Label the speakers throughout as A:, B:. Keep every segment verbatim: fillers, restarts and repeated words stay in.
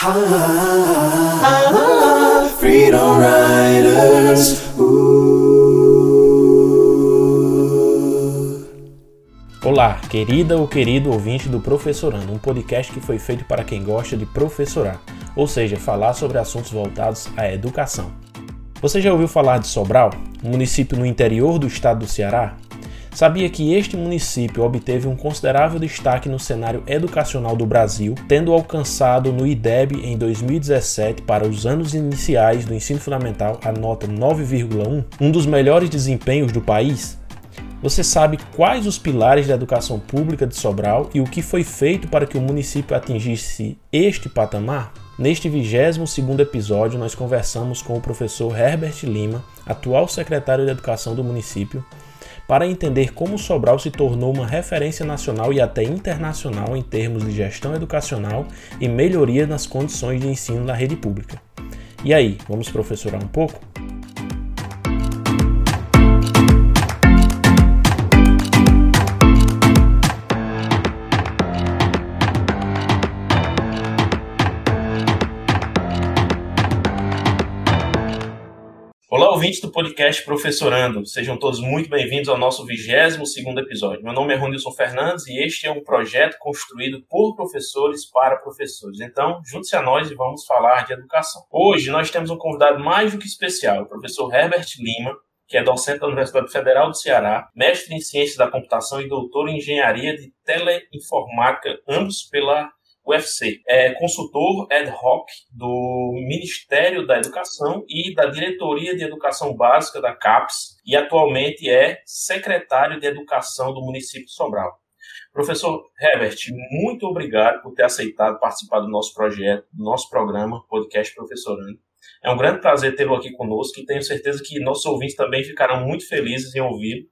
A: Freedom Riders.
B: Olá, querida ou querido ouvinte do Professorando, um podcast que foi feito para quem gosta de professorar, ou seja, falar sobre assuntos voltados à educação. Você já ouviu falar de Sobral, um município no interior do estado do Ceará? Sabia que este município obteve um considerável destaque no cenário educacional do Brasil, tendo alcançado no I D E B em dois mil e dezessete para os anos iniciais do ensino fundamental a nota nove vírgula um, um dos melhores desempenhos do país? Você sabe quais os pilares da educação pública de Sobral e o que foi feito para que o município atingisse este patamar? Neste vigésimo segundo episódio, nós conversamos com o professor Herbert Lima, atual secretário de Educação do município, para entender como Sobral se tornou uma referência nacional e até internacional em termos de gestão educacional e melhoria nas condições de ensino da rede pública. E aí, vamos professorar um pouco? Olá, ouvintes do podcast Professorando. Sejam todos muito bem-vindos ao nosso vigésimo segundo episódio. Meu nome é Ronilson Fernandes e este é um projeto construído por professores para professores. Então, junte-se a nós e vamos falar de educação. Hoje nós temos um convidado mais do que especial, o professor Herbert Lima, que é docente da Universidade Federal do Ceará, mestre em Ciências da Computação e doutor em Engenharia de Teleinformática, ambos pela U F C. É consultor ad hoc do Ministério da Educação e da Diretoria de Educação Básica da CAPES e atualmente é secretário de Educação do município de Sobral. Professor Herbert, muito obrigado por ter aceitado participar do nosso projeto, do nosso programa Podcast Professorando. É um grande prazer tê-lo aqui conosco e tenho certeza que nossos ouvintes também ficarão muito felizes em ouvi-lo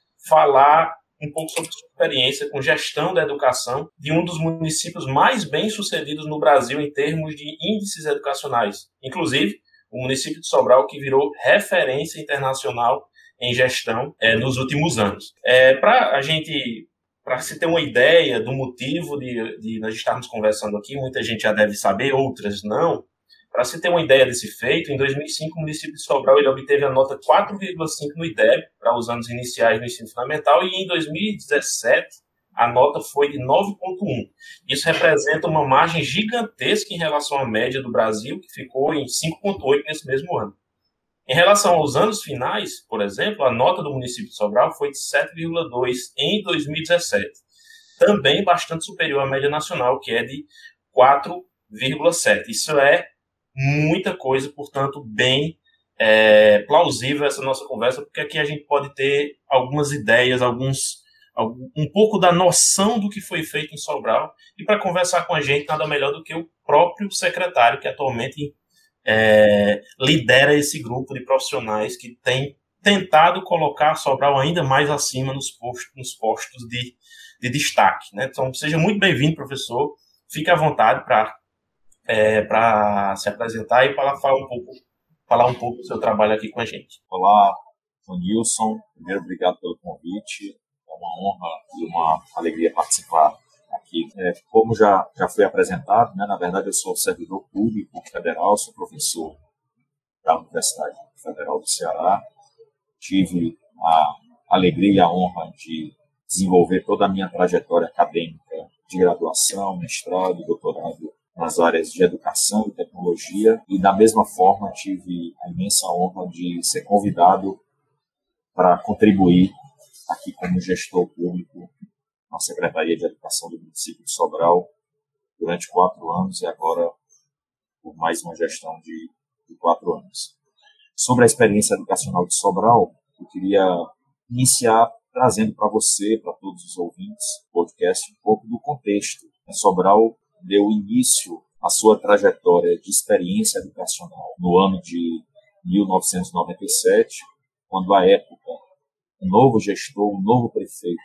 B: falar um pouco sobre sua experiência com gestão da educação de um dos municípios mais bem-sucedidos no Brasil em termos de índices educacionais. Inclusive, o município de Sobral, que virou referência internacional em gestão é, nos últimos anos. É, para a gente, para se ter uma ideia do motivo de, de nós estarmos conversando aqui, muita gente já deve saber, outras não. Para se ter uma ideia desse feito, em dois mil e cinco o município de Sobral ele obteve a nota quatro vírgula cinco no I D E B, para os anos iniciais do ensino fundamental, e em dois mil e dezessete a nota foi de nove vírgula um. Isso representa uma margem gigantesca em relação à média do Brasil, que ficou em cinco vírgula oito nesse mesmo ano. Em relação aos anos finais, por exemplo, a nota do município de Sobral foi de sete vírgula dois em dois mil e dezessete, também bastante superior à média nacional, que é de quatro vírgula sete. Isso é muita coisa, portanto, bem é, plausível essa nossa conversa, porque aqui a gente pode ter algumas ideias, alguns, algum, um pouco da noção do que foi feito em Sobral, e para conversar com a gente, nada melhor do que o próprio secretário, que atualmente é, lidera esse grupo de profissionais que tem tentado colocar Sobral ainda mais acima nos postos, nos postos de, de destaque, né? Então, seja muito bem-vindo, professor, fique à vontade para É, para se apresentar e para falar um pouco, falar um pouco do seu trabalho aqui com a gente.
C: Olá, Nilson. Primeiro, obrigado pelo convite. É uma honra e uma alegria participar aqui. É, como já, já foi apresentado, né, na verdade eu sou servidor público federal, sou professor da Universidade Federal do Ceará. Tive a alegria e a honra de desenvolver toda a minha trajetória acadêmica de graduação, mestrado e doutorado nas áreas de educação e tecnologia, e da mesma forma tive a imensa honra de ser convidado para contribuir aqui como gestor público na Secretaria de Educação do município de Sobral durante quatro anos e agora por mais uma gestão de, de quatro anos. Sobre a experiência educacional de Sobral, eu queria iniciar trazendo para você, para todos os ouvintes do podcast, um pouco do contexto. Sobral deu início à sua trajetória de experiência educacional no ano de mil novecentos e noventa e sete, quando, à época, um novo gestor, um novo prefeito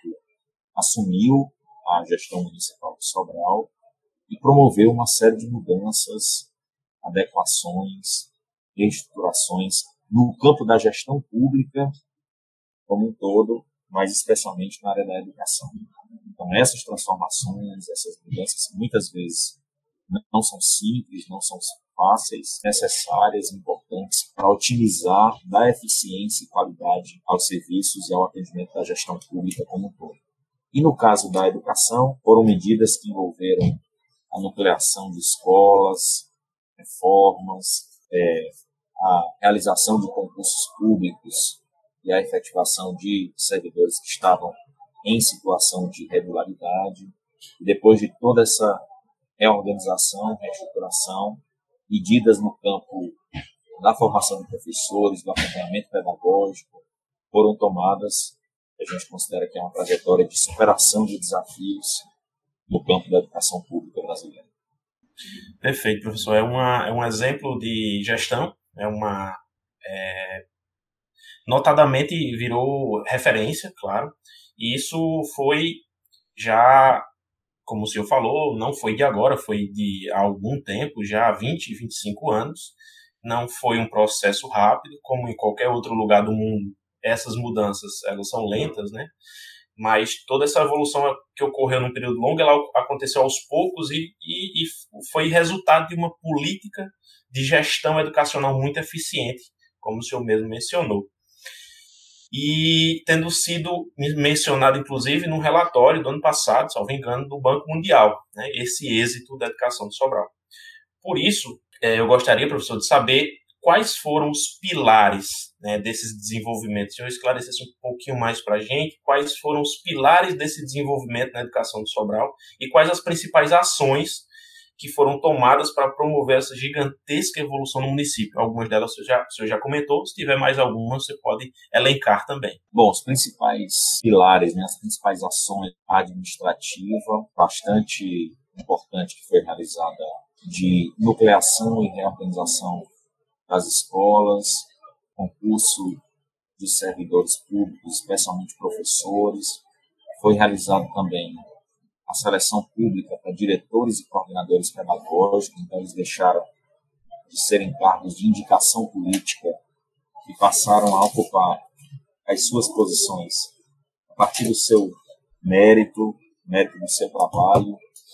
C: assumiu a gestão municipal de Sobral e promoveu uma série de mudanças, adequações, reestruturações no campo da gestão pública como um todo, mas especialmente na área da educação. Então, essas transformações, essas mudanças, muitas vezes não são simples, não são fáceis, necessárias, importantes para otimizar, dar eficiência e qualidade aos serviços e ao atendimento da gestão pública como um todo. E no caso da educação, foram medidas que envolveram a nucleação de escolas, reformas, é, a realização de concursos públicos e a efetivação de servidores que estavam em situação de irregularidade. E depois de toda essa reorganização, reestruturação, medidas no campo da formação de professores, do acompanhamento pedagógico, foram tomadas. A gente considera que é uma trajetória de superação de desafios no campo da educação pública brasileira.
B: Perfeito, professor. É, uma, é um exemplo de gestão, é uma, é, notadamente virou referência, claro, e isso foi já, como o senhor falou, não foi de agora, foi de há algum tempo, já há vinte, vinte e cinco anos, não foi um processo rápido, como em qualquer outro lugar do mundo, essas mudanças, elas são lentas, né? Mas toda essa evolução que ocorreu num período longo, ela aconteceu aos poucos e, e, e foi resultado de uma política de gestão educacional muito eficiente, como o senhor mesmo mencionou. E tendo sido mencionado, inclusive, num relatório do ano passado, salvo engano, do Banco Mundial, né, esse êxito da educação de Sobral. Por isso, eu gostaria, professor, de saber quais foram os pilares, né, desses desenvolvimentos. Se eu esclarecesse um pouquinho mais para a gente, quais foram os pilares desse desenvolvimento na educação de Sobral e quais as principais ações que foram tomadas para promover essa gigantesca evolução no município. Algumas delas o senhor já, o senhor já comentou, se tiver mais alguma, você pode elencar também.
C: Bom, os principais pilares, né, as principais ações administrativas, bastante importante que foi realizada de nucleação e reorganização das escolas, concurso de servidores públicos, especialmente professores. Foi realizado também a seleção pública para diretores e coordenadores pedagógicos, então eles deixaram de serem cargos de indicação política e passaram a ocupar as suas posições a partir do seu mérito, mérito do seu trabalho,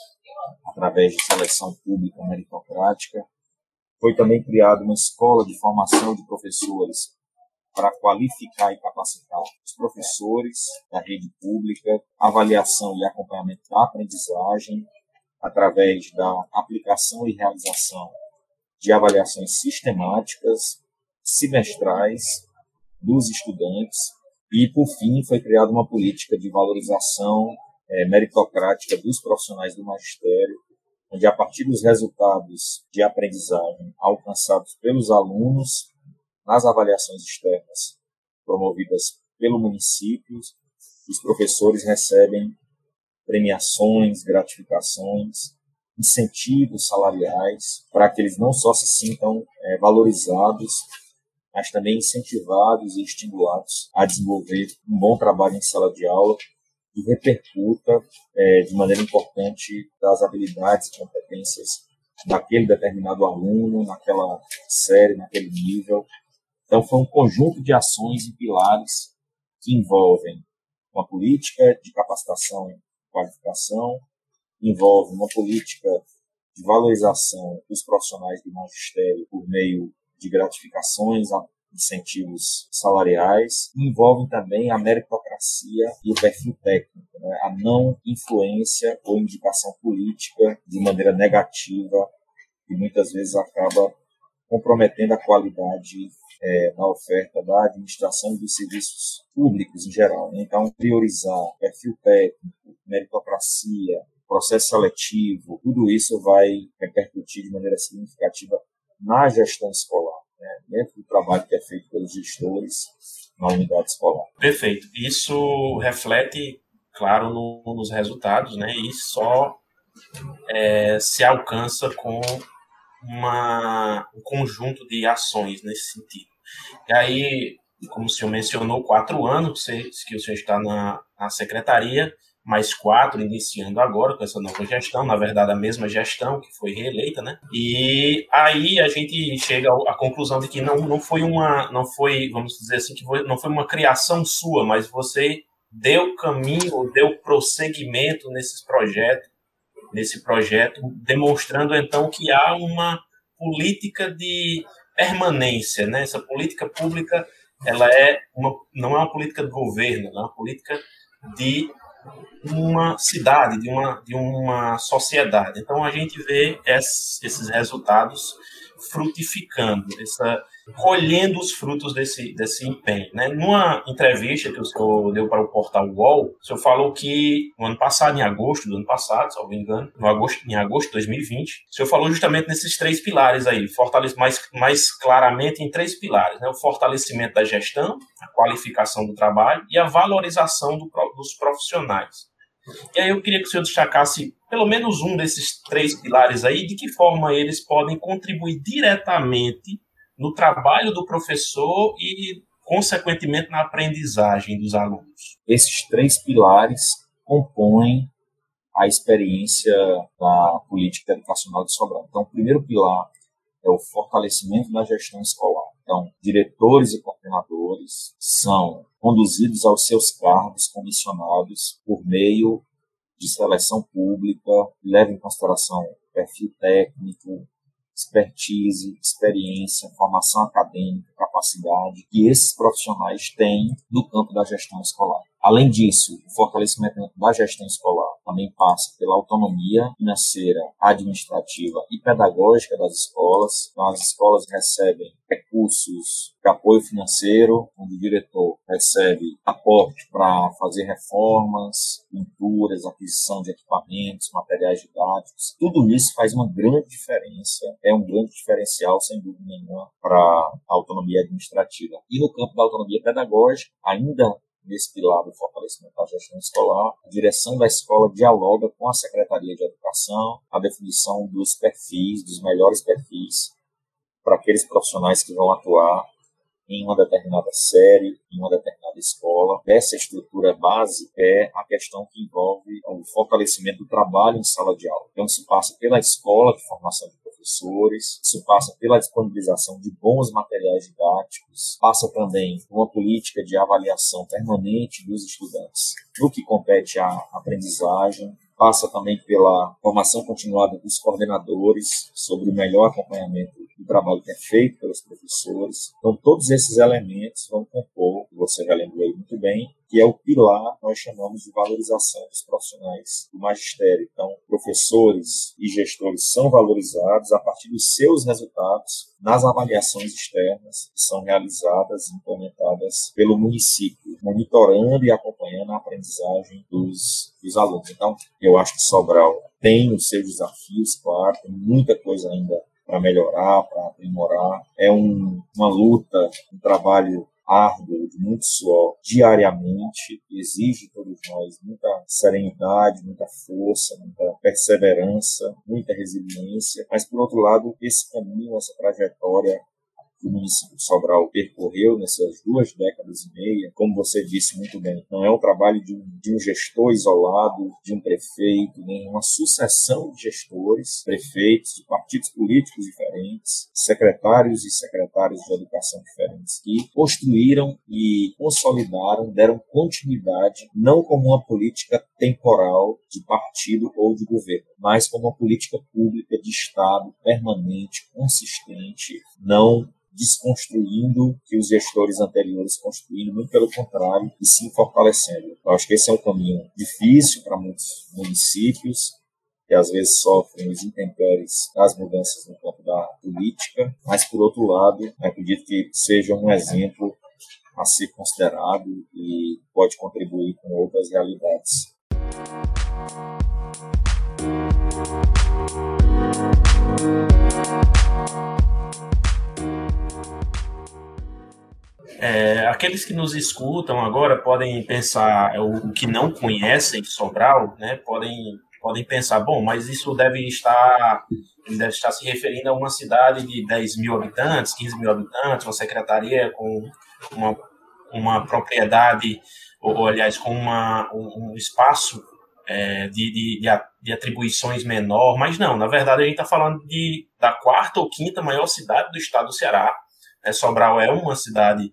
C: através de seleção pública meritocrática. Foi também criada uma escola de formação de professores para qualificar e capacitar os professores da rede pública, avaliação e acompanhamento da aprendizagem, através da aplicação e realização de avaliações sistemáticas, semestrais, dos estudantes. E, por fim, foi criada uma política de valorização é, meritocrática dos profissionais do magistério, onde, a partir dos resultados de aprendizagem alcançados pelos alunos nas avaliações externas promovidas pelo município, os professores recebem premiações, gratificações, incentivos salariais, para que eles não só se sintam é, valorizados, mas também incentivados e estimulados a desenvolver um bom trabalho em sala de aula e repercuta é, de maneira importante das habilidades e competências daquele determinado aluno, naquela série, naquele nível. Então, foi um conjunto de ações e pilares que envolvem uma política de capacitação e qualificação, envolve uma política de valorização dos profissionais do magistério por meio de gratificações, incentivos salariais, e envolvem também a meritocracia e o perfil técnico, né? A não influência ou indicação política de maneira negativa, que muitas vezes acaba comprometendo a qualidade é, da oferta da administração e dos serviços públicos em geral, né? Então, priorizar perfil técnico, meritocracia, processo seletivo, tudo isso vai repercutir de maneira significativa na gestão escolar, né? Dentro do trabalho que é feito pelos gestores na unidade escolar.
B: Perfeito. Isso reflete, claro, no, nos resultados, né? E só é, se alcança com uma, um conjunto de ações nesse sentido. E aí, como o senhor mencionou, quatro anos que o senhor está na, na secretaria, mais quatro iniciando agora com essa nova gestão, na verdade a mesma gestão que foi reeleita, né? E aí a gente chega à conclusão de que não, não foi uma, não foi, vamos dizer assim, que foi, não foi uma criação sua, mas você deu caminho, deu prosseguimento nesses projetos nesse projeto, demonstrando então que há uma política de permanência, né? Essa política pública, ela é uma, não é uma política de governo, é uma política de uma cidade, de uma, de uma sociedade. Então, a gente vê esses resultados frutificando, essa, colhendo os frutos desse, desse empenho. Né? Numa entrevista que o senhor deu para o portal U O L, o senhor falou que no ano passado, em agosto do ano passado, se não me engano, no agosto, em agosto de dois mil e vinte, o senhor falou justamente nesses três pilares aí, fortalece mais, mais claramente em três pilares, né? O fortalecimento da gestão, a qualificação do trabalho e a valorização do, dos profissionais. E aí eu queria que o senhor destacasse pelo menos um desses três pilares aí, de que forma eles podem contribuir diretamente no trabalho do professor e, consequentemente, na aprendizagem dos alunos.
C: Esses três pilares compõem a experiência da política educacional de Sobral. Então, o primeiro pilar é o fortalecimento da gestão escolar. Então, diretores e coordenadores são conduzidos aos seus cargos comissionados por meio de seleção pública, leva em consideração perfil técnico, expertise, experiência, formação acadêmica, capacidade que esses profissionais têm no campo da gestão escolar. Além disso, o fortalecimento da gestão escolar também passa pela autonomia financeira, administrativa e pedagógica das escolas. Então, as escolas recebem recursos de apoio financeiro, onde o diretor recebe aporte para fazer reformas, pinturas, aquisição de equipamentos, materiais didáticos. Tudo isso faz uma grande diferença, é um grande diferencial, sem dúvida nenhuma, para a autonomia administrativa. E no campo da autonomia pedagógica, ainda nesse pilar do fortalecimento da gestão escolar, a direção da escola dialoga com a Secretaria de Educação, a definição dos perfis, dos melhores perfis, para aqueles profissionais que vão atuar em uma determinada série, em uma determinada escola. Essa estrutura base é a questão que envolve o fortalecimento do trabalho em sala de aula. Então, isso passa pela escola de formação de professores, isso passa pela disponibilização de bons materiais didáticos, passa também por uma política de avaliação permanente dos estudantes, no que compete à aprendizagem, passa também pela formação continuada dos coordenadores sobre o melhor acompanhamento do trabalho que é feito pelos professores. Então, todos esses elementos vão compor, você já lembrou aí muito bem, que é o pilar que nós chamamos de valorização dos profissionais do magistério. Então, professores e gestores são valorizados a partir dos seus resultados nas avaliações externas que são realizadas e implementadas pelo município, monitorando e acompanhando a aprendizagem dos, dos alunos. Então, eu acho que Sobral tem os seus desafios, claro, tem muita coisa ainda para melhorar, para aprimorar. É um, uma luta, um trabalho árduo, de muito suor, diariamente, que exige de todos nós muita serenidade, muita força, muita perseverança, muita resiliência. Mas, por outro lado, esse caminho, essa trajetória que o município de Sobral percorreu nessas duas décadas e meia, como você disse muito bem, não é um trabalho de um, de um gestor isolado, de um prefeito, nem uma sucessão de gestores, prefeitos, de partidos políticos diferentes, secretários e secretárias de educação diferentes, que construíram e consolidaram, deram continuidade, não como uma política temporal de partido ou de governo, mas como uma política pública de Estado permanente, consistente, não desconstruindo o que os gestores anteriores construíram, muito pelo contrário, e sim fortalecendo. Eu acho que esse é um caminho difícil para muitos municípios, que às vezes sofrem os intempéries das mudanças no campo da política, mas, por outro lado, acredito que seja um exemplo a ser considerado e pode contribuir com outras realidades.
B: É, aqueles que nos escutam agora podem pensar, o, o que não conhecem Sobral, né, podem, podem pensar, bom, mas isso deve estar, ele deve estar se referindo a uma cidade de dez mil habitantes, quinze mil habitantes, uma secretaria com uma, uma propriedade, ou, ou aliás, com uma, um, um espaço é, de, de, de, de atribuições menor, mas não, na verdade a gente está falando de, da quarta ou quinta maior cidade do estado do Ceará. É, Sobral é uma cidade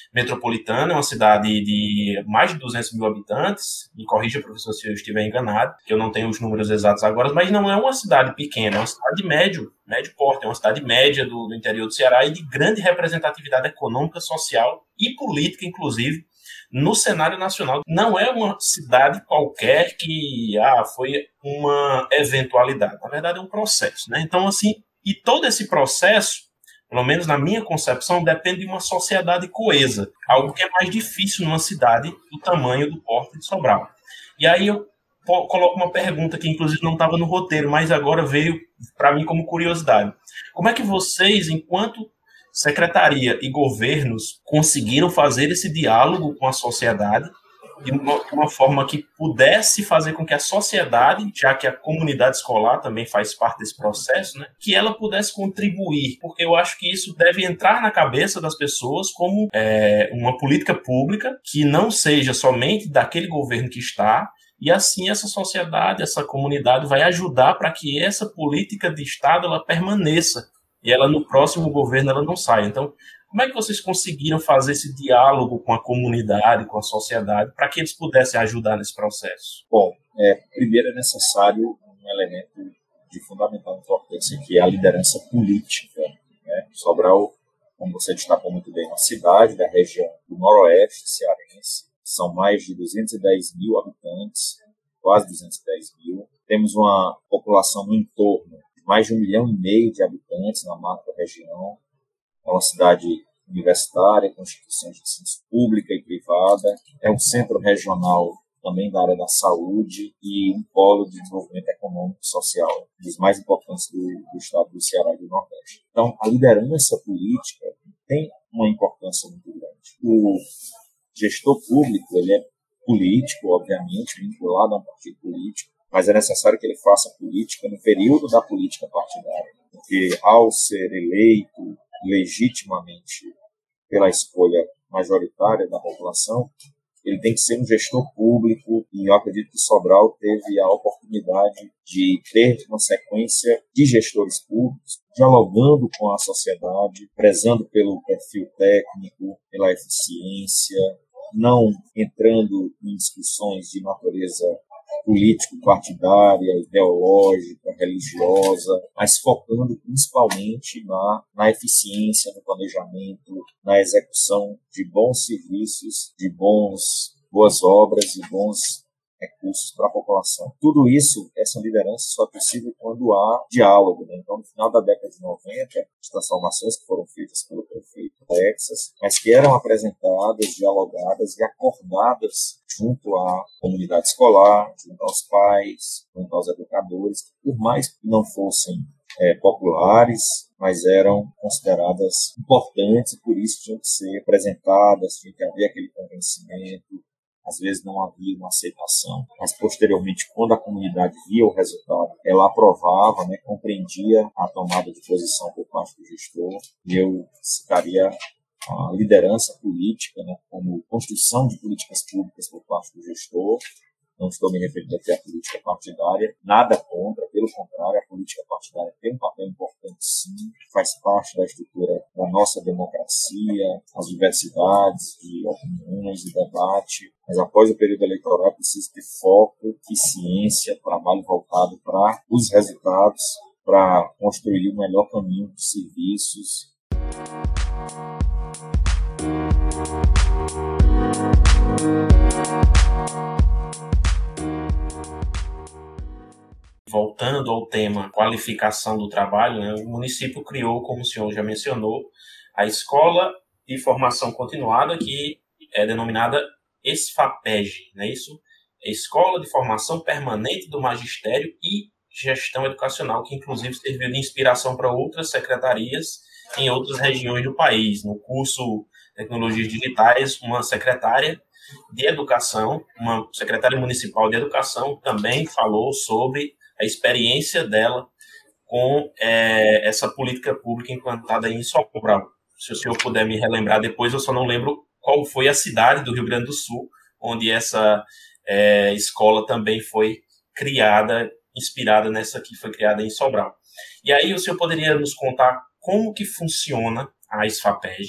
B: metropolitana, é uma cidade de mais de duzentos mil habitantes, me corrija, professor, se eu estiver enganado, que eu não tenho os números exatos agora, mas não é uma cidade pequena, é uma cidade de médio, médio porte, é uma cidade média do, do interior do Ceará e de grande representatividade econômica, social e política, inclusive, no cenário nacional. Não é uma cidade qualquer que ah, foi uma eventualidade, na verdade é um processo, né? Então, assim, e todo esse processo, pelo menos na minha concepção, depende de uma sociedade coesa, algo que é mais difícil numa cidade do tamanho do porte de Sobral. E aí eu coloco uma pergunta que inclusive não estava no roteiro, mas agora veio para mim como curiosidade. Como é que vocês, enquanto secretaria e governos, conseguiram fazer esse diálogo com a sociedade de uma, uma forma que pudesse fazer com que a sociedade, já que a comunidade escolar também faz parte desse processo, né, que ela pudesse contribuir, porque eu acho que isso deve entrar na cabeça das pessoas como é, uma política pública que não seja somente daquele governo que está, e assim essa sociedade, essa comunidade vai ajudar para que essa política de Estado ela permaneça, e ela no próximo governo ela não saia. Então, como é que vocês conseguiram fazer esse diálogo com a comunidade, com a sociedade, para que eles pudessem ajudar nesse processo?
C: Bom, é, primeiro é necessário um elemento de fundamental importância, que é a liderança política, né? Sobral, como você destacou muito bem, uma cidade da região do noroeste cearense, são mais de duzentos e dez mil habitantes, quase duzentos e dez mil. Temos uma população no entorno de mais de um milhão e meio de habitantes na macro-região. É uma cidade universitária, com instituições de ensino pública e privada. É um centro regional também da área da saúde e um polo de desenvolvimento econômico e social, dos mais importantes do, do estado do Ceará e do Nordeste. Então, a liderança política tem uma importância muito grande. O gestor público, ele é político, obviamente, vinculado a um partido político, mas é necessário que ele faça política no período da política partidária, porque ao ser eleito legitimamente pela escolha majoritária da população, ele tem que ser um gestor público, e eu acredito que Sobral teve a oportunidade de ter uma sequência de gestores públicos, dialogando com a sociedade, prezando pelo perfil técnico, pela eficiência, não entrando em discussões de natureza político-partidária, ideológica, religiosa, mas focando principalmente na, na eficiência, no planejamento, na execução de bons serviços, de bons, boas obras e bons recursos para a população. Tudo isso, essa liderança só é possível quando há diálogo, né? Então, no final da década de noventa, as transformações que foram feitas pelo prefeito Texas, mas que eram apresentadas, dialogadas e acordadas junto à comunidade escolar, junto aos pais, junto aos educadores, por mais que não fossem é, populares, mas eram consideradas importantes e por isso tinham que ser apresentadas, tinha que haver aquele convencimento. Às vezes não havia uma aceitação, mas posteriormente, quando a comunidade via o resultado, ela aprovava, né, compreendia a tomada de posição por parte do gestor, e eu citaria a liderança política, né, como construção de políticas públicas por parte do gestor. Não estou me referindo aqui à política partidária, nada contra, pelo contrário, a política partidária tem um papel importante sim, faz parte da estrutura da nossa democracia, as diversidades de opiniões e debate, mas após o período eleitoral precisa ter foco, eficiência, trabalho voltado para os resultados, para construir o melhor caminho de serviços.
B: Voltando ao tema qualificação do trabalho, né, o município criou, como o senhor já mencionou, a Escola de Formação Continuada, que é denominada ESFAPEG, não é isso? Escola de Formação Permanente do Magistério e Gestão Educacional, que inclusive serviu de inspiração para outras secretarias em outras regiões do país. No curso Tecnologias Digitais, uma secretária de Educação, uma secretária municipal de Educação também falou sobre a experiência dela com é, essa política pública implantada em Sobral. Se o senhor puder me relembrar depois, eu só não lembro qual foi a cidade do Rio Grande do Sul, onde essa é, escola também foi criada, inspirada nessa que foi criada em Sobral. E aí o senhor poderia nos contar como que funciona a ESFAPEG,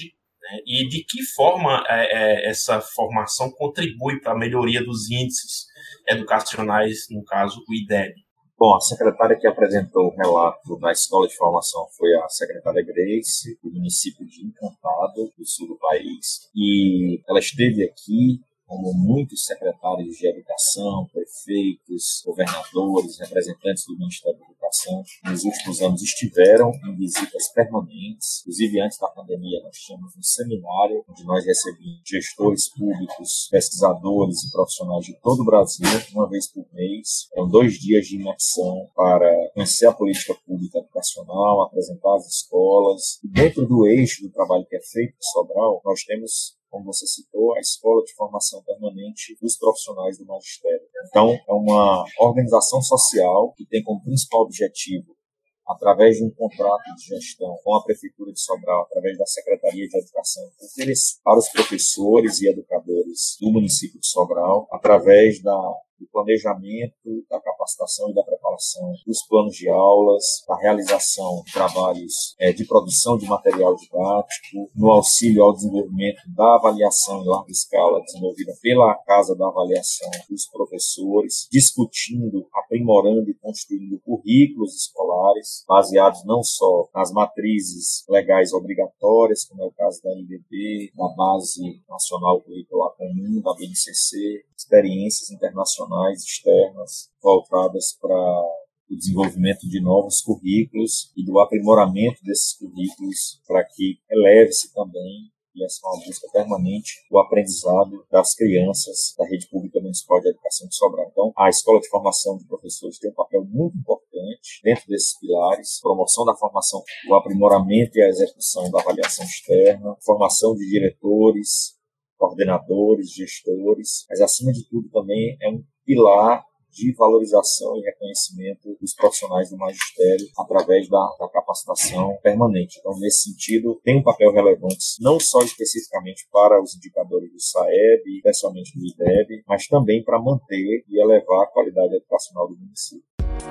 B: né? E de que forma é, é, essa formação contribui para a melhoria dos índices educacionais, no caso, o I D E B?
C: Bom, a secretária que apresentou o relato da escola de formação foi a secretária Grace, do município de Encantado, do sul do país. E ela esteve aqui, como muitos secretários de educação, prefeitos, governadores, representantes do Ministério da Educação, nos últimos anos estiveram em visitas permanentes. Inclusive, antes da pandemia, nós tínhamos um seminário onde nós recebíamos gestores públicos, pesquisadores e profissionais de todo o Brasil, uma vez por mês. Eram dois dias de imersão para conhecer a política pública educacional, apresentar as escolas. E dentro do eixo do trabalho que é feito em Sobral, nós temos, como você citou, a Escola de Formação Permanente dos Profissionais do Magistério. Então, é uma organização social que tem como principal objetivo, através de um contrato de gestão com a Prefeitura de Sobral, através da Secretaria de Educação, oferecer para os professores e educadores do município de Sobral, através da do planejamento, da capacitação e da preparação dos planos de aulas, da realização de trabalhos é, de produção de material didático, no auxílio ao desenvolvimento da avaliação em larga escala desenvolvida pela Casa da Avaliação dos professores, discutindo, aprimorando e construindo currículos escolares, baseados não só nas matrizes legais obrigatórias, como é o caso da N B B, da Base Nacional Curricular Comum, da B N C C, experiências internacionais externas voltadas para o desenvolvimento de novos currículos e do aprimoramento desses currículos para que eleve-se também, e essa é uma busca permanente, o aprendizado das crianças da Rede Pública Municipal de Educação de Sobral. Então, a Escola de Formação de Professores tem um papel muito importante dentro desses pilares: promoção da formação, o aprimoramento e a execução da avaliação externa, formação de diretores, coordenadores, gestores, mas acima de tudo também é um pilar de valorização e reconhecimento dos profissionais do magistério através da, da capacitação permanente. Então, nesse sentido, tem um papel relevante, não só especificamente para os indicadores do SAEB, especialmente do I D E B, mas também para manter e elevar a qualidade educacional do município.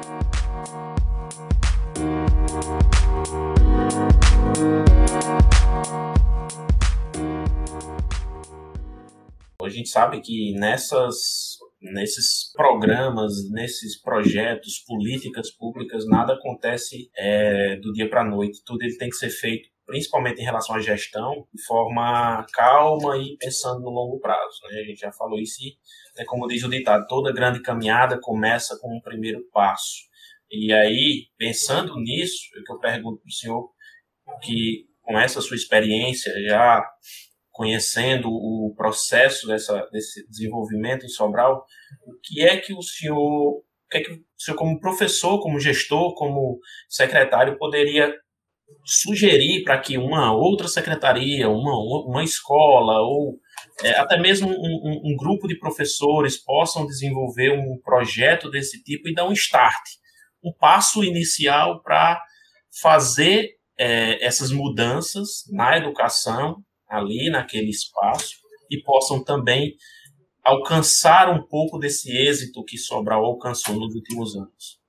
B: A gente sabe que nessas, nesses programas, nesses projetos, políticas públicas, nada acontece é, do dia para a noite. Tudo ele tem que ser feito, principalmente em relação à gestão, de forma calma e pensando no longo prazo, né? A gente já falou isso e, é como diz o ditado, toda grande caminhada começa com um primeiro passo. E aí, pensando nisso, é que eu pergunto para o senhor, que com essa sua experiência já conhecendo o processo dessa, desse desenvolvimento em Sobral, o que é que o senhor, o que é que o senhor como professor, como gestor, como secretário, poderia sugerir para que uma outra secretaria, uma, uma escola ou é, até mesmo um, um, um grupo de professores possam desenvolver um projeto desse tipo e dar um start, um passo inicial para fazer é, essas mudanças na educação, ali naquele espaço, e possam também alcançar um pouco desse êxito que Sobral alcançou nos últimos anos?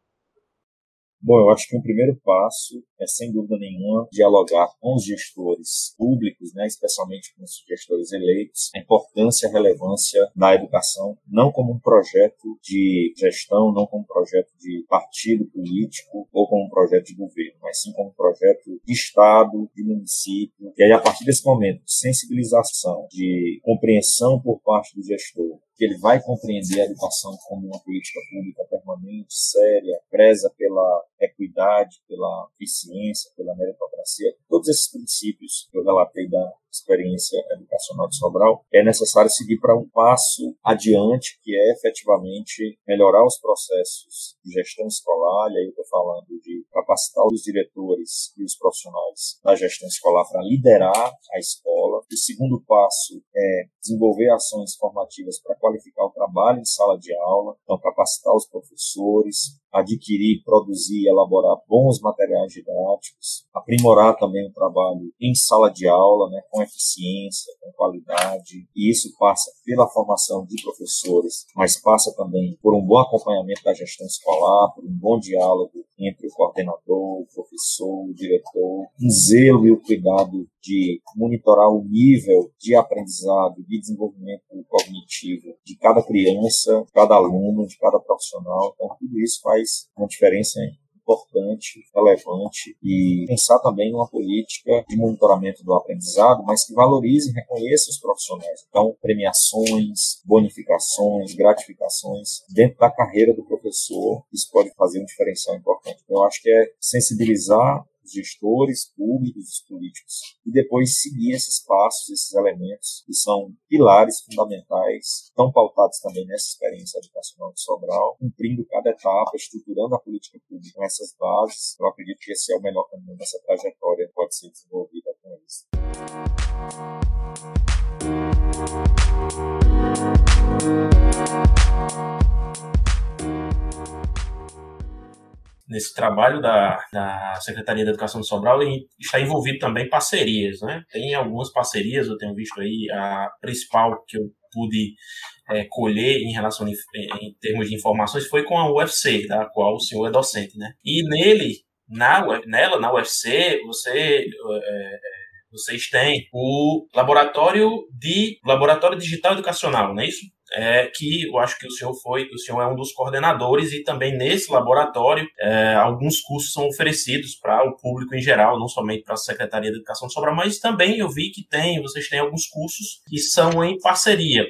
C: Bom, eu acho que um primeiro passo é, sem dúvida nenhuma, dialogar com os gestores públicos, né, especialmente com os gestores eleitos, a importância e a relevância da educação, não como um projeto de gestão, não como um projeto de partido político ou como um projeto de governo, mas sim como um projeto de Estado, de município. E aí, a partir desse momento de sensibilização, de compreensão por parte do gestor, que ele vai compreender a educação como uma política pública permanente, séria, preza pela equidade, pela eficiência, pela meritocracia, todos esses princípios que eu relatei da experiência educacional de Sobral, é necessário seguir para um passo adiante, que é efetivamente melhorar os processos de gestão escolar, e aí eu estou falando de capacitar os diretores e os profissionais da gestão escolar para liderar a escola. O segundo passo é desenvolver ações formativas para qualificar o trabalho em sala de aula, então capacitar os professores, adquirir, produzir e elaborar bons materiais didáticos, aprimorar também o trabalho em sala de aula, né, com eficiência, com qualidade, e isso passa pela formação de professores, mas passa também por um bom acompanhamento da gestão escolar, por um bom diálogo entre o coordenador, o professor, o diretor, um zelo e o cuidado de monitorar o nível de aprendizado, de desenvolvimento cognitivo de cada criança, de cada aluno, de cada profissional. Então, tudo isso faz uma diferença importante, relevante, e pensar também numa política de monitoramento do aprendizado, mas que valorize e reconheça os profissionais. Então, premiações, bonificações, gratificações dentro da carreira do professor, isso pode fazer um diferencial importante. Então, eu acho que é sensibilizar os gestores públicos, os políticos, e depois seguir esses passos, esses elementos que são pilares fundamentais, estão pautados também nessa experiência educacional de Sobral, cumprindo cada etapa, estruturando a política pública com essas bases. Eu acredito que esse é o melhor caminho dessa trajetória que pode ser desenvolvida com isso.
B: Nesse trabalho da, da Secretaria de Educação de Sobral, está envolvido também parcerias, né? Tem algumas parcerias, eu tenho visto aí, a principal que eu pude é, colher em relação em, em termos de informações foi com a U F C, da qual o senhor é docente, né? E nele, na, nela, na U F C, você... É, vocês têm o laboratório de laboratório digital educacional, não é isso? É, que eu acho que o senhor foi, o senhor é um dos coordenadores, e também nesse laboratório é, alguns cursos são oferecidos para o público em geral, não somente para a Secretaria de Educação de Sobral, mas também eu vi que tem, vocês têm alguns cursos que são em parceria,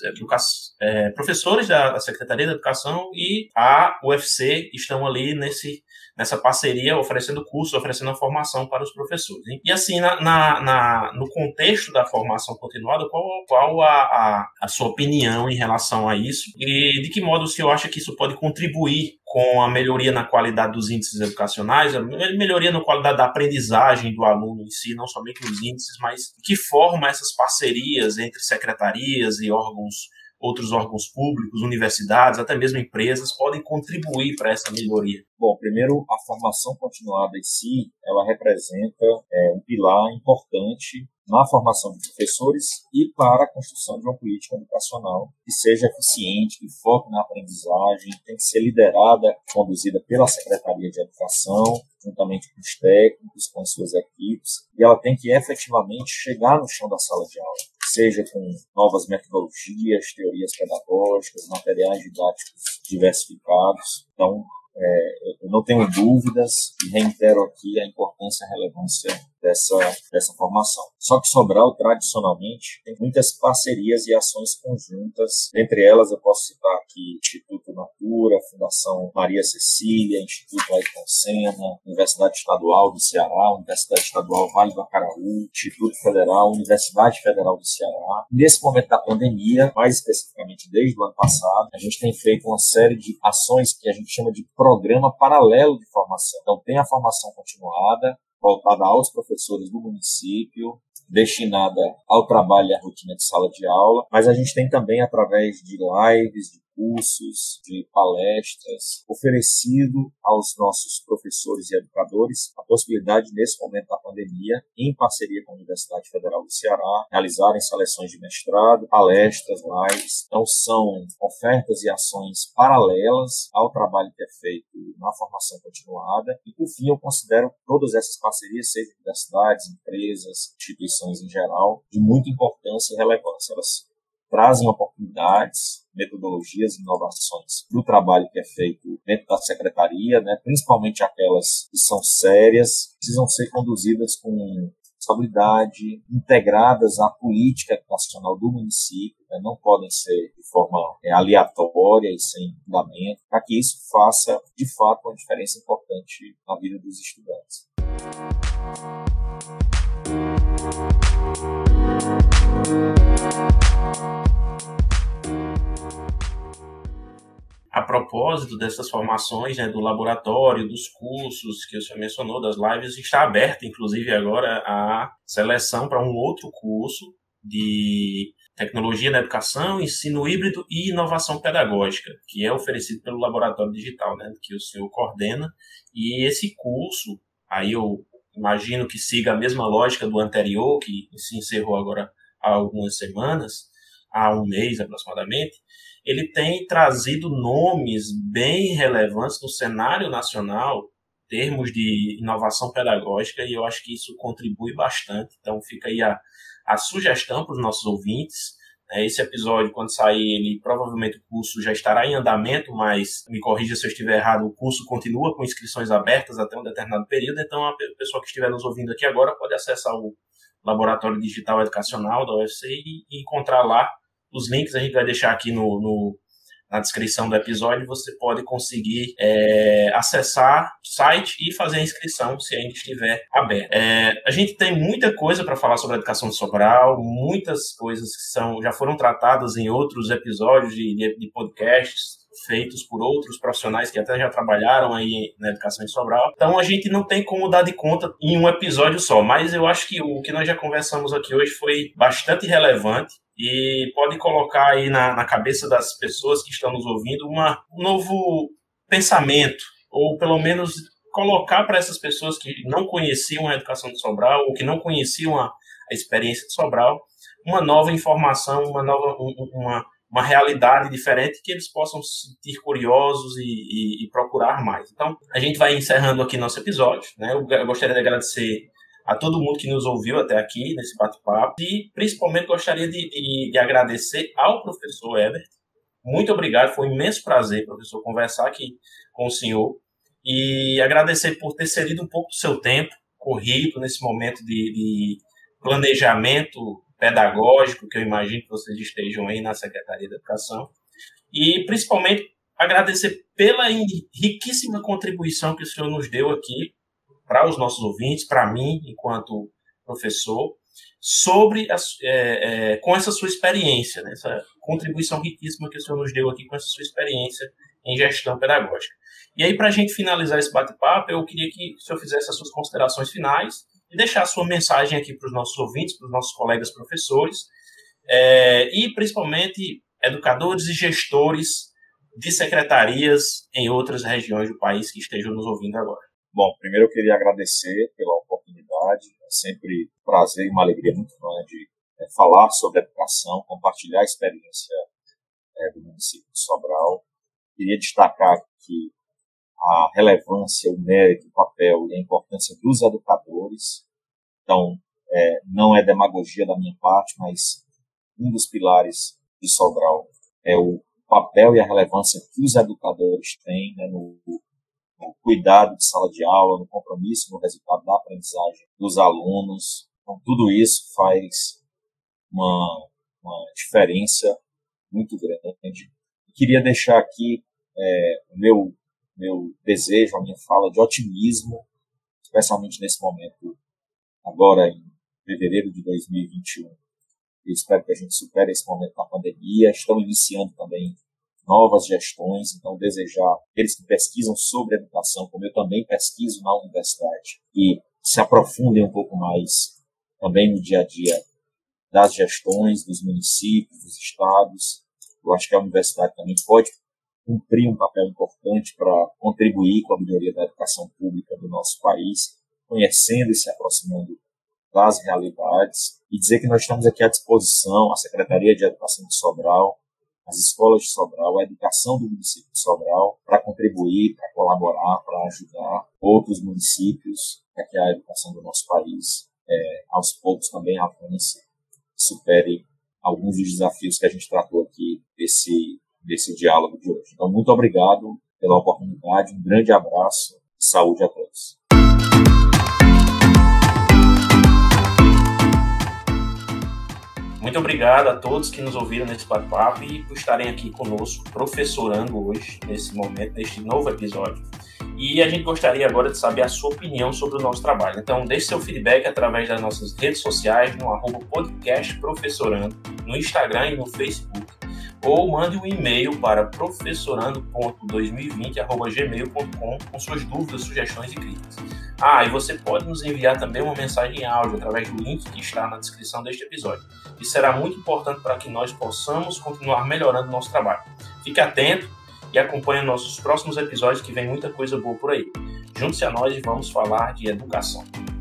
B: é, professores da, da Secretaria de Educação e a U F C estão ali nesse nessa parceria, oferecendo cursos, oferecendo a formação para os professores. Hein? E assim, na, na, na, no contexto da formação continuada, qual, qual a, a, a sua opinião em relação a isso? E de que modo o senhor acha que isso pode contribuir com a melhoria na qualidade dos índices educacionais, a melhoria na qualidade da aprendizagem do aluno em si, não somente os índices, mas de que forma essas parcerias entre secretarias e órgãos, outros órgãos públicos, universidades, até mesmo empresas, podem contribuir para essa melhoria?
C: Bom, primeiro, a formação continuada em si, ela representa é, um pilar importante na formação de professores e para a construção de uma política educacional que seja eficiente, que foque na aprendizagem, tem que ser liderada, conduzida pela Secretaria de Educação, juntamente com os técnicos, com as suas equipes, e ela tem que efetivamente chegar no chão da sala de aula, seja com novas metodologias, teorias pedagógicas, materiais didáticos diversificados. Então, é, eu não tenho dúvidas e reitero aqui a importância e a relevância dessa, dessa formação. Só que Sobral, tradicionalmente, tem muitas parcerias e ações conjuntas. Entre elas, eu posso citar aqui Instituto Natura, Fundação Maria Cecília, Instituto Ayrton Senna, Universidade Estadual do Ceará, Universidade Estadual Vale do Acaraú, Instituto Federal, Universidade Federal do Ceará. Nesse momento da pandemia, mais especificamente desde o ano passado, a gente tem feito uma série de ações que a gente chama de programa paralelo de formação. Então, tem a formação continuada, voltada aos professores do município, destinada ao trabalho e à rotina de sala de aula, mas a gente tem também, através de lives, de cursos, de palestras, oferecido aos nossos professores e educadores a possibilidade, nesse momento da pandemia, em parceria com a Universidade Federal do Ceará, realizarem seleções de mestrado, palestras, lives. Então, são ofertas e ações paralelas ao trabalho que é feito na formação continuada. E, por fim, eu considero todas essas parcerias, seja universidades, empresas, instituições em geral, de muita importância e relevância. Elas trazem oportunidades, metodologias e inovações do trabalho que é feito dentro da secretaria, né, principalmente aquelas que são sérias, precisam ser conduzidas com responsabilidade, integradas à política educacional do município, né, não podem ser de forma é, aleatória e sem fundamento, para que isso faça, de fato, uma diferença importante na vida dos estudantes.
B: A propósito dessas formações, né, do laboratório, dos cursos que o senhor mencionou, das lives, está aberta, inclusive, agora a seleção para um outro curso de Tecnologia na Educação, Ensino Híbrido e Inovação Pedagógica, que é oferecido pelo Laboratório Digital, né, que o senhor coordena. E esse curso, aí eu imagino que siga a mesma lógica do anterior, que se encerrou agora há algumas semanas, há um mês aproximadamente. Ele tem trazido nomes bem relevantes no cenário nacional, em termos de inovação pedagógica, e eu acho que isso contribui bastante. Então fica aí a a sugestão para os nossos ouvintes. Esse episódio, quando sair, ele provavelmente o curso já estará em andamento, mas me corrija se eu estiver errado, o curso continua com inscrições abertas até um determinado período, então a pessoa que estiver nos ouvindo aqui agora pode acessar o Laboratório Digital Educacional da U F C e encontrar lá os links. A gente vai deixar aqui no, no, na descrição do episódio, você pode conseguir é, acessar o site e fazer a inscrição se ainda estiver aberto. É, a gente tem muita coisa para falar sobre a educação de Sobral, muitas coisas que são, já foram tratadas em outros episódios de, de, de podcasts feitos por outros profissionais que até já trabalharam aí na educação de Sobral. Então a gente não tem como dar de conta em um episódio só, mas eu acho que o que nós já conversamos aqui hoje foi bastante relevante e pode colocar aí na, na cabeça das pessoas que estão nos ouvindo uma, um novo pensamento, ou pelo menos colocar para essas pessoas que não conheciam a educação de Sobral, ou que não conheciam a, a experiência de Sobral, uma nova informação, uma nova uma, uma realidade diferente, que eles possam se sentir curiosos e, e, e procurar mais. Então, a gente vai encerrando aqui nosso episódio, né? Eu, eu gostaria de agradecer a todo mundo que nos ouviu até aqui nesse bate-papo e principalmente gostaria de, de, de agradecer ao professor Herbert. Muito obrigado, foi um imenso prazer, professor, conversar aqui com o senhor e agradecer por ter cedido um pouco do seu tempo corrido nesse momento de, de planejamento pedagógico, que eu imagino que vocês estejam aí na Secretaria de Educação, e principalmente agradecer pela riquíssima contribuição que o senhor nos deu aqui para os nossos ouvintes, para mim, enquanto professor, sobre a, é, é, com essa sua experiência, né, essa contribuição riquíssima que o senhor nos deu aqui com essa sua experiência em gestão pedagógica. E aí, para a gente finalizar esse bate-papo, eu queria que o senhor fizesse as suas considerações finais e deixar a sua mensagem aqui para os nossos ouvintes, para os nossos colegas professores, é, e principalmente educadores e gestores de secretarias em outras regiões do país que estejam nos ouvindo agora.
C: Bom, primeiro eu queria agradecer pela oportunidade, é sempre um prazer e uma alegria muito grande é, falar sobre educação, compartilhar a experiência é, do município de Sobral. Queria destacar que a relevância, o mérito, o papel e a importância dos educadores. Então, é, não é demagogia da minha parte, mas um dos pilares de Sobral é o papel e a relevância que os educadores têm, né, no no cuidado de sala de aula, no compromisso, no resultado da aprendizagem dos alunos. Então, tudo isso faz uma, uma diferença muito grande. Eu queria deixar aqui é, o meu, meu desejo, a minha fala de otimismo, especialmente nesse momento, agora em fevereiro de dois mil e vinte e um. Eu espero que a gente supere esse momento da pandemia. Estão iniciando também novas gestões, então desejar aqueles que pesquisam sobre educação, como eu também pesquiso na universidade, e se aprofundem um pouco mais também no dia a dia das gestões, dos municípios, dos estados. Eu acho que a universidade também pode cumprir um papel importante para contribuir com a melhoria da educação pública do nosso país, conhecendo e se aproximando das realidades, e dizer que nós estamos aqui à disposição, a Secretaria de Educação de Sobral, as escolas de Sobral, a educação do município de Sobral, para contribuir, para colaborar, para ajudar outros municípios, para que a educação do nosso país, é, aos poucos, também avance, supere alguns dos desafios que a gente tratou aqui desse, desse diálogo de hoje. Então, muito obrigado pela oportunidade, um grande abraço e saúde a todos.
B: Muito obrigado a todos que nos ouviram nesse bate-papo e por estarem aqui conosco, professorando hoje, nesse momento, neste novo episódio. E a gente gostaria agora de saber a sua opinião sobre o nosso trabalho. Então, deixe seu feedback através das nossas redes sociais, no arroba podcast professorando, no Instagram e no Facebook, ou mande um e-mail para professorando ponto dois mil e vinte arroba gmail ponto com com suas dúvidas, sugestões e críticas. Ah, e você pode nos enviar também uma mensagem em áudio através do link que está na descrição deste episódio. Isso será muito importante para que nós possamos continuar melhorando o nosso trabalho. Fique atento e acompanhe nossos próximos episódios, que vem muita coisa boa por aí. Junte-se a nós e vamos falar de educação.